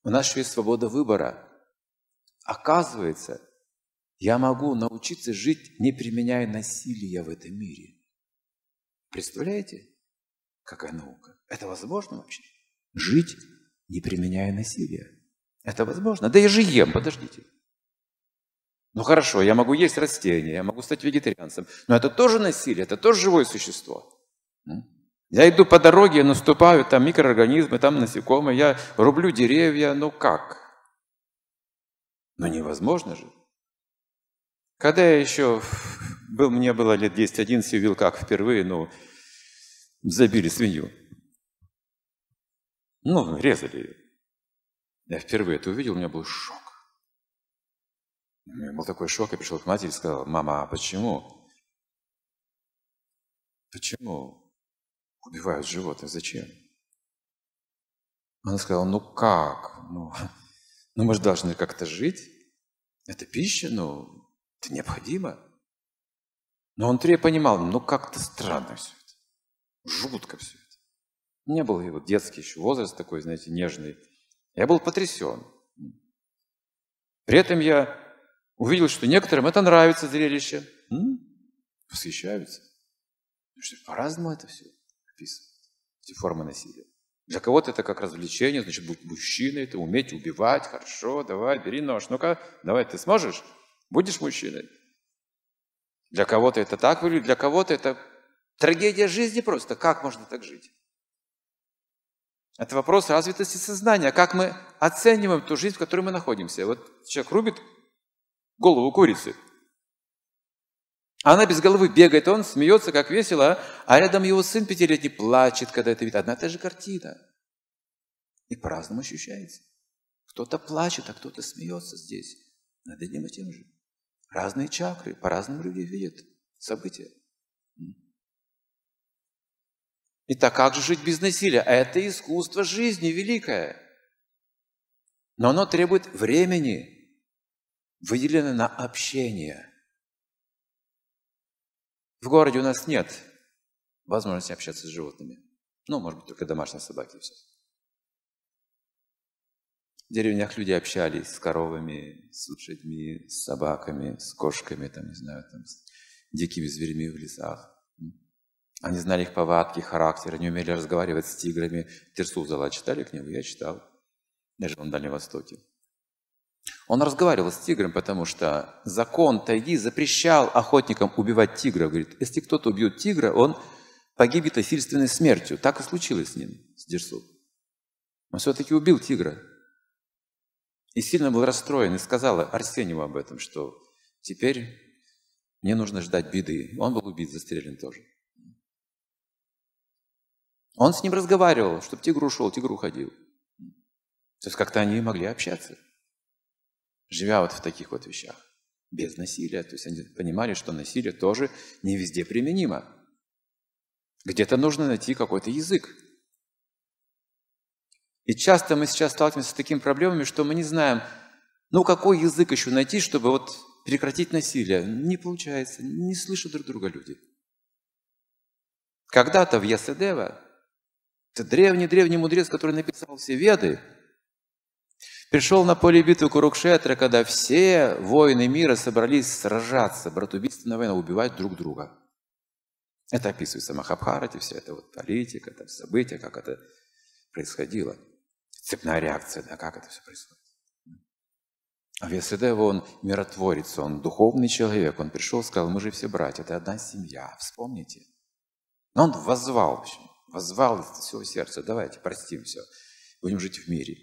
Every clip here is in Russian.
У нас еще есть свобода выбора. Оказывается, я могу научиться жить, не применяя насилие в этом мире. Представляете, какая наука? Это возможно вообще? Жить, не применяя насилие. Это возможно? Да я же ем, подождите. Ну хорошо, я могу есть растения, я могу стать вегетарианцем, но это тоже насилие, это тоже живое существо. Я иду по дороге, наступаю, там микроорганизмы, там насекомые, я рублю деревья, ну как? Ну невозможно же. Когда я еще мне было лет 10-11, увидел, как впервые, забили свинью. Резали ее. Я впервые это увидел, у меня был шок. У меня был такой шок, я пришел к матери и сказал: мама, а почему? Почему убивают животных? Зачем? Она сказала: ну как? Мы же должны как-то жить. Это пища, это необходимо. Но внутри я понимал, как-то странно все это. Жутко все это. У меня был и детский еще возраст такой, знаете, нежный. Я был потрясен. При этом я увидел, что некоторым это нравится зрелище. Восхищаются. Потому что по-разному это все описывают, эти формы насилия. Для кого-то это как развлечение, значит, будь мужчиной, ты уметь убивать, хорошо, давай, бери нож. Ну-ка, давай, ты сможешь? Будешь мужчиной? Для кого-то это так выглядит, для кого-то это трагедия жизни просто. Как можно так жить? Это вопрос развитости сознания. Как мы оцениваем ту жизнь, в которой мы находимся? Вот человек рубит голову курицы. Она без головы бегает, он смеется, как весело, а рядом его сын 5-летний плачет, когда это видит. Одна и та же картина. И по-разному ощущается. Кто-то плачет, а кто-то смеется здесь. Над одним и тем же. Разные чакры, по-разному люди видят события. Итак, как же жить без насилия? Это искусство жизни великое. Но оно требует времени, выделенное на общение. В городе у нас нет возможности общаться с животными. Может быть, только домашние собаки и все. В деревнях люди общались с коровами, с лошадьми, с собаками, с кошками, с дикими зверями в лесах. Они знали их повадки, характер, они умели разговаривать с тиграми. Терсу Зала читали книгу? Я читал. Даже на Дальнем Востоке. Он разговаривал с тигром, потому что закон тайги запрещал охотникам убивать тигра. Говорит, если кто-то убьет тигра, он погибнет насильственной смертью. Так и случилось с ним, с Дерсу. Он все-таки убил тигра. И сильно был расстроен, и сказал Арсеньеву об этом, что теперь мне нужно ждать беды. Он был убит, застрелен тоже. Он с ним разговаривал, чтобы тигр ушел, тигр уходил. То есть как-то они могли общаться, живя в таких вещах, без насилия. То есть они понимали, что насилие тоже не везде применимо. Где-то нужно найти какой-то язык. И часто мы сейчас сталкиваемся с такими проблемами, что мы не знаем, какой язык еще найти, чтобы прекратить насилие. Не получается, не слышат друг друга люди. Когда-то в Ясадева, это древний мудрец, который написал все Веды, пришел на поле битвы Курукшетра, когда все воины мира собрались сражаться, братоубийственная война, убивать друг друга. Это описывается в Махабхарате, вся эта политика, события, как это происходило. Цепная реакция, как это все происходит. А Вьясадева, он миротворец, он духовный человек, он пришел, сказал, мы же все братья, это одна семья, вспомните. Но он воззвал из всего сердца, давайте простим все, будем жить в мире.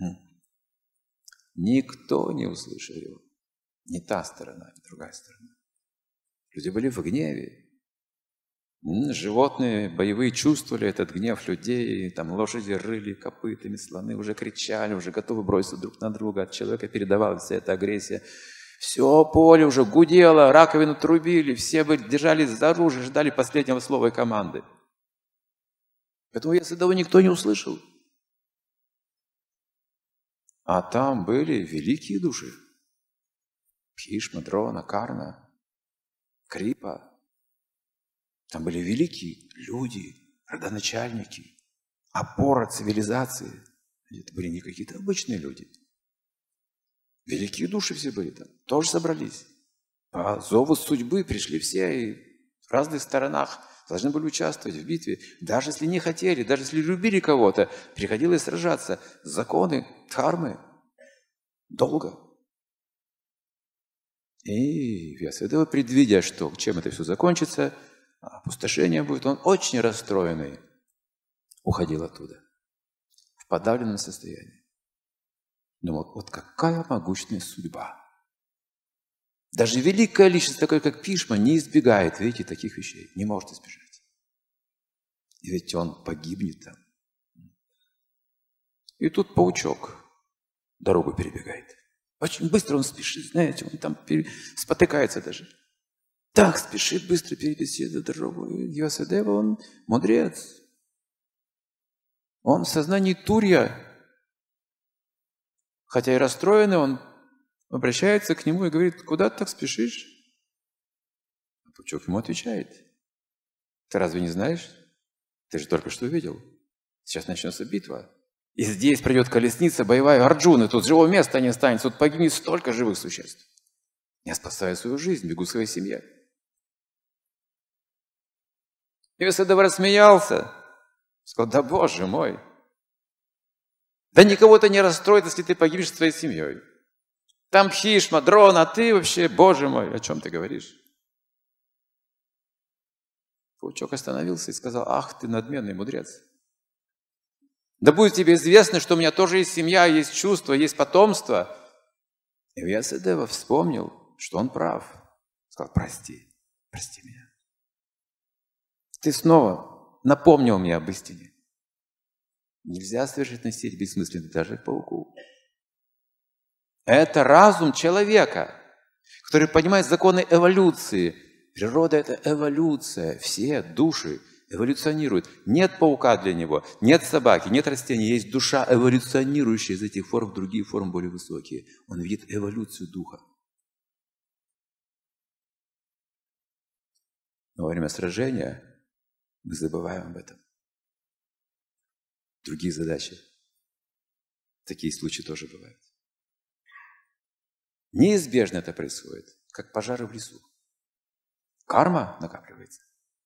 Никто не услышал его. Ни та сторона, ни другая сторона. Люди были в гневе. Животные боевые чувствовали этот гнев людей. Лошади рыли копытами, слоны уже кричали, уже готовы броситься друг на друга. От человека передавалась вся эта агрессия. Все поле уже гудело, раковину трубили. Все держались за оружие, ждали последнего слова и команды. Поэтому Ясадеву никто не услышал. А там были великие души. Бхишма, Дрона, Карна, Крипа. Там были великие люди, родоначальники, опора цивилизации. Это были не какие-то обычные люди. Великие души все были там, тоже собрались. По зову судьбы пришли все и в разных сторонах должны были участвовать в битве. Даже если не хотели, даже если любили кого-то, приходилось сражаться. Законы, дхармы. Долго. И Вьясадева, предвидя, что чем это все закончится, опустошение будет, он очень расстроенный уходил оттуда. В подавленном состоянии. Думал, вот какая могущественная судьба. Даже великая личность, такой как Бхишма, не избегает, видите, таких вещей. Не может избежать. И ведь он погибнет там. И тут паучок дорогу перебегает. Очень быстро он спешит, знаете, он там спотыкается даже. Так спешит быстро перебежать эту дорогу. И Вьясадева, он мудрец. Он в сознании Турья. Хотя и расстроенный, он обращается к нему и говорит, куда ты так спешишь? А паучок ему отвечает, ты разве не знаешь? Ты же только что увидел. Сейчас начнется битва. И здесь придет колесница боевая Арджуны, тут живого места не останется, тут погибнет столько живых существ. Я спасаю свою жизнь, бегу к своей семье. И Вьясадева рассмеялся. Сказал, да Боже мой, да никого-то не расстроит, если ты погибнешь с твоей семьей. Там Бхишма, Дрона, а ты вообще, Боже мой, о чем ты говоришь? Паучок остановился и сказал, ах ты надменный мудрец. Да будет тебе известно, что у меня тоже есть семья, есть чувства, есть потомство. И Вьясадева вспомнил, что он прав. Сказал, прости меня. Ты снова напомнил мне об истине. Нельзя совершить насилие бессмысленно даже пауку. Это разум человека, который понимает законы эволюции. Природа – это эволюция. Все души эволюционируют. Нет паука для него, нет собаки, нет растений. Есть душа, эволюционирующая из этих форм в другие формы более высокие. Он видит эволюцию духа. Но во время сражения мы забываем об этом. Другие задачи. Такие случаи тоже бывают. Неизбежно это происходит, как пожары в лесу. Карма накапливается.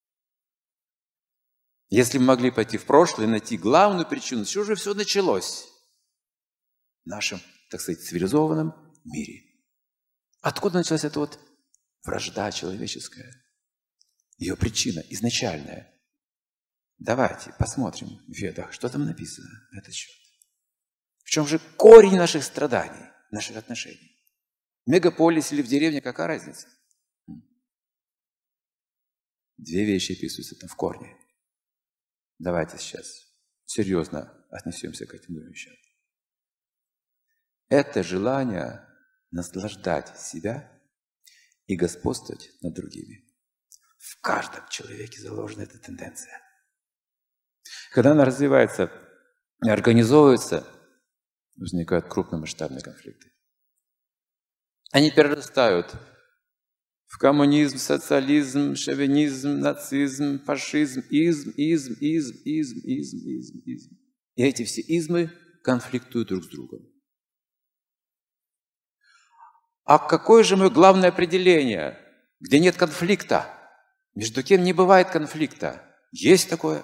Если мы могли пойти в прошлое и найти главную причину, с чего же все началось в нашем, так сказать, цивилизованном мире? Откуда началась эта вот вражда человеческая? Ее причина изначальная. Давайте посмотрим в Ведах, что там написано на этот счет. В чем же корень наших страданий, наших отношений? В мегаполисе или в деревне, какая разница? Две вещи описываются там в корне. Давайте сейчас серьезно отнесемся к этим двум вещам. Это желание наслаждать себя и господствовать над другими. В каждом человеке заложена эта тенденция. Когда она развивается, организовывается, возникают крупномасштабные конфликты. Они перерастают в коммунизм, социализм, шовинизм, нацизм, фашизм, изм. И эти все измы конфликтуют друг с другом. А какое же мое главное определение, где нет конфликта? Между кем не бывает конфликта? Есть такое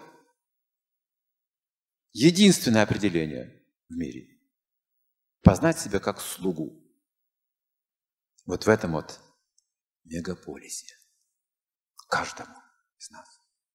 единственное определение в мире. Познать себя как слугу. Вот в этом вот мегаполисе. Каждому из нас.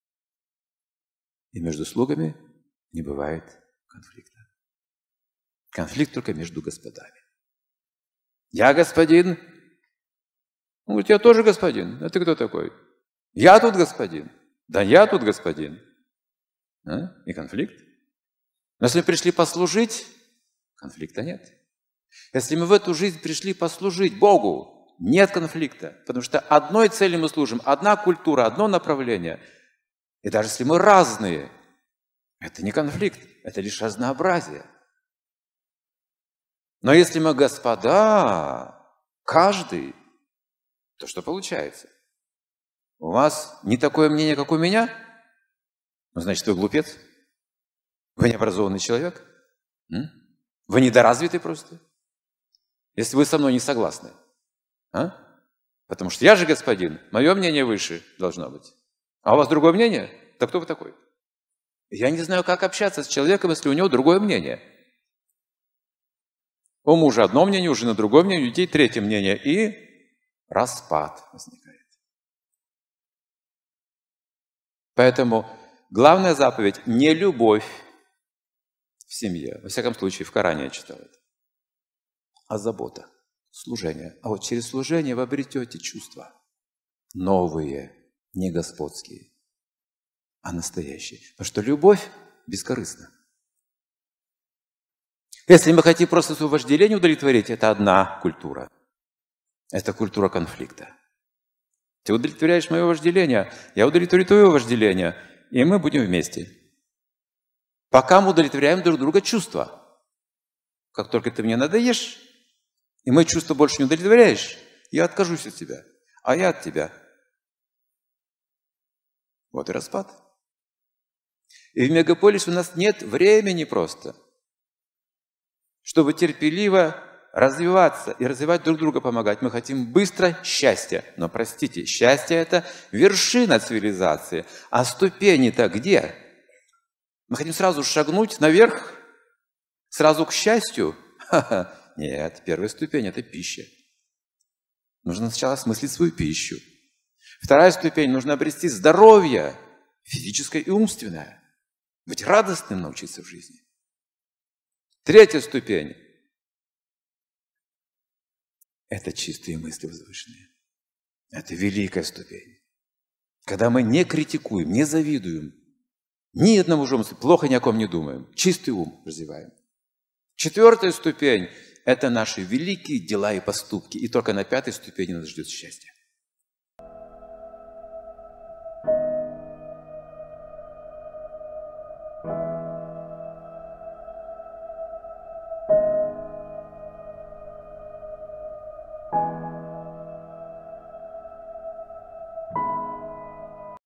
И между слугами не бывает конфликта. Конфликт только между господами. Я господин. Он говорит, я тоже господин. А ты кто такой? Я тут господин. Да я тут господин. И конфликт. Но если мы пришли послужить, конфликта нет. Если мы в эту жизнь пришли послужить Богу, нет конфликта. Потому что одной цели мы служим, одна культура, одно направление. И даже если мы разные, это не конфликт, это лишь разнообразие. Но если мы господа, каждый, то что получается? У вас не такое мнение, как у меня? Ну, значит, вы глупец? Вы необразованный человек? Вы недоразвиты просто, если вы со мной не согласны. А? Потому что я же господин, мое мнение выше должно быть. А у вас другое мнение? Так кто вы такой? Я не знаю, как общаться с человеком, если у него другое мнение. У мужа одно мнение, у жены другое мнение, у детей третье мнение. И распад возникает. Поэтому главная заповедь – не любовь в семье. Во всяком случае, в Коране я читал это. А забота, служение. А вот через служение вы обретете чувства новые, не господские, а настоящие. Потому что любовь бескорыстна. Если мы хотим просто свое вожделение удовлетворить, это одна культура. Это культура конфликта. Ты удовлетворяешь мое вожделение, я удовлетворю твое вожделение, и мы будем вместе. Пока мы удовлетворяем друг друга чувства. Как только ты мне надоешь, и мои чувства больше не удовлетворяешь, я откажусь от тебя, а я от тебя. Вот и распад. И в мегаполисе у нас нет времени просто, чтобы терпеливо развиваться и развивать друг друга, помогать. Мы хотим быстро счастья. Но, простите, счастье – это вершина цивилизации. А ступени-то где? Мы хотим сразу шагнуть наверх, сразу к счастью? Ха-ха. Нет, первая ступень – это пища. Нужно сначала осмыслить свою пищу. Вторая ступень – нужно обрести здоровье, физическое и умственное. Быть радостным научиться в жизни. Третья ступень – это чистые мысли возвышенные. Это великая ступень. Когда мы не критикуем, не завидуем, ни одному жумству, плохо ни о ком не думаем, чистый ум развиваем. Четвертая ступень – это наши великие дела и поступки. И только на пятой ступени нас ждет счастье.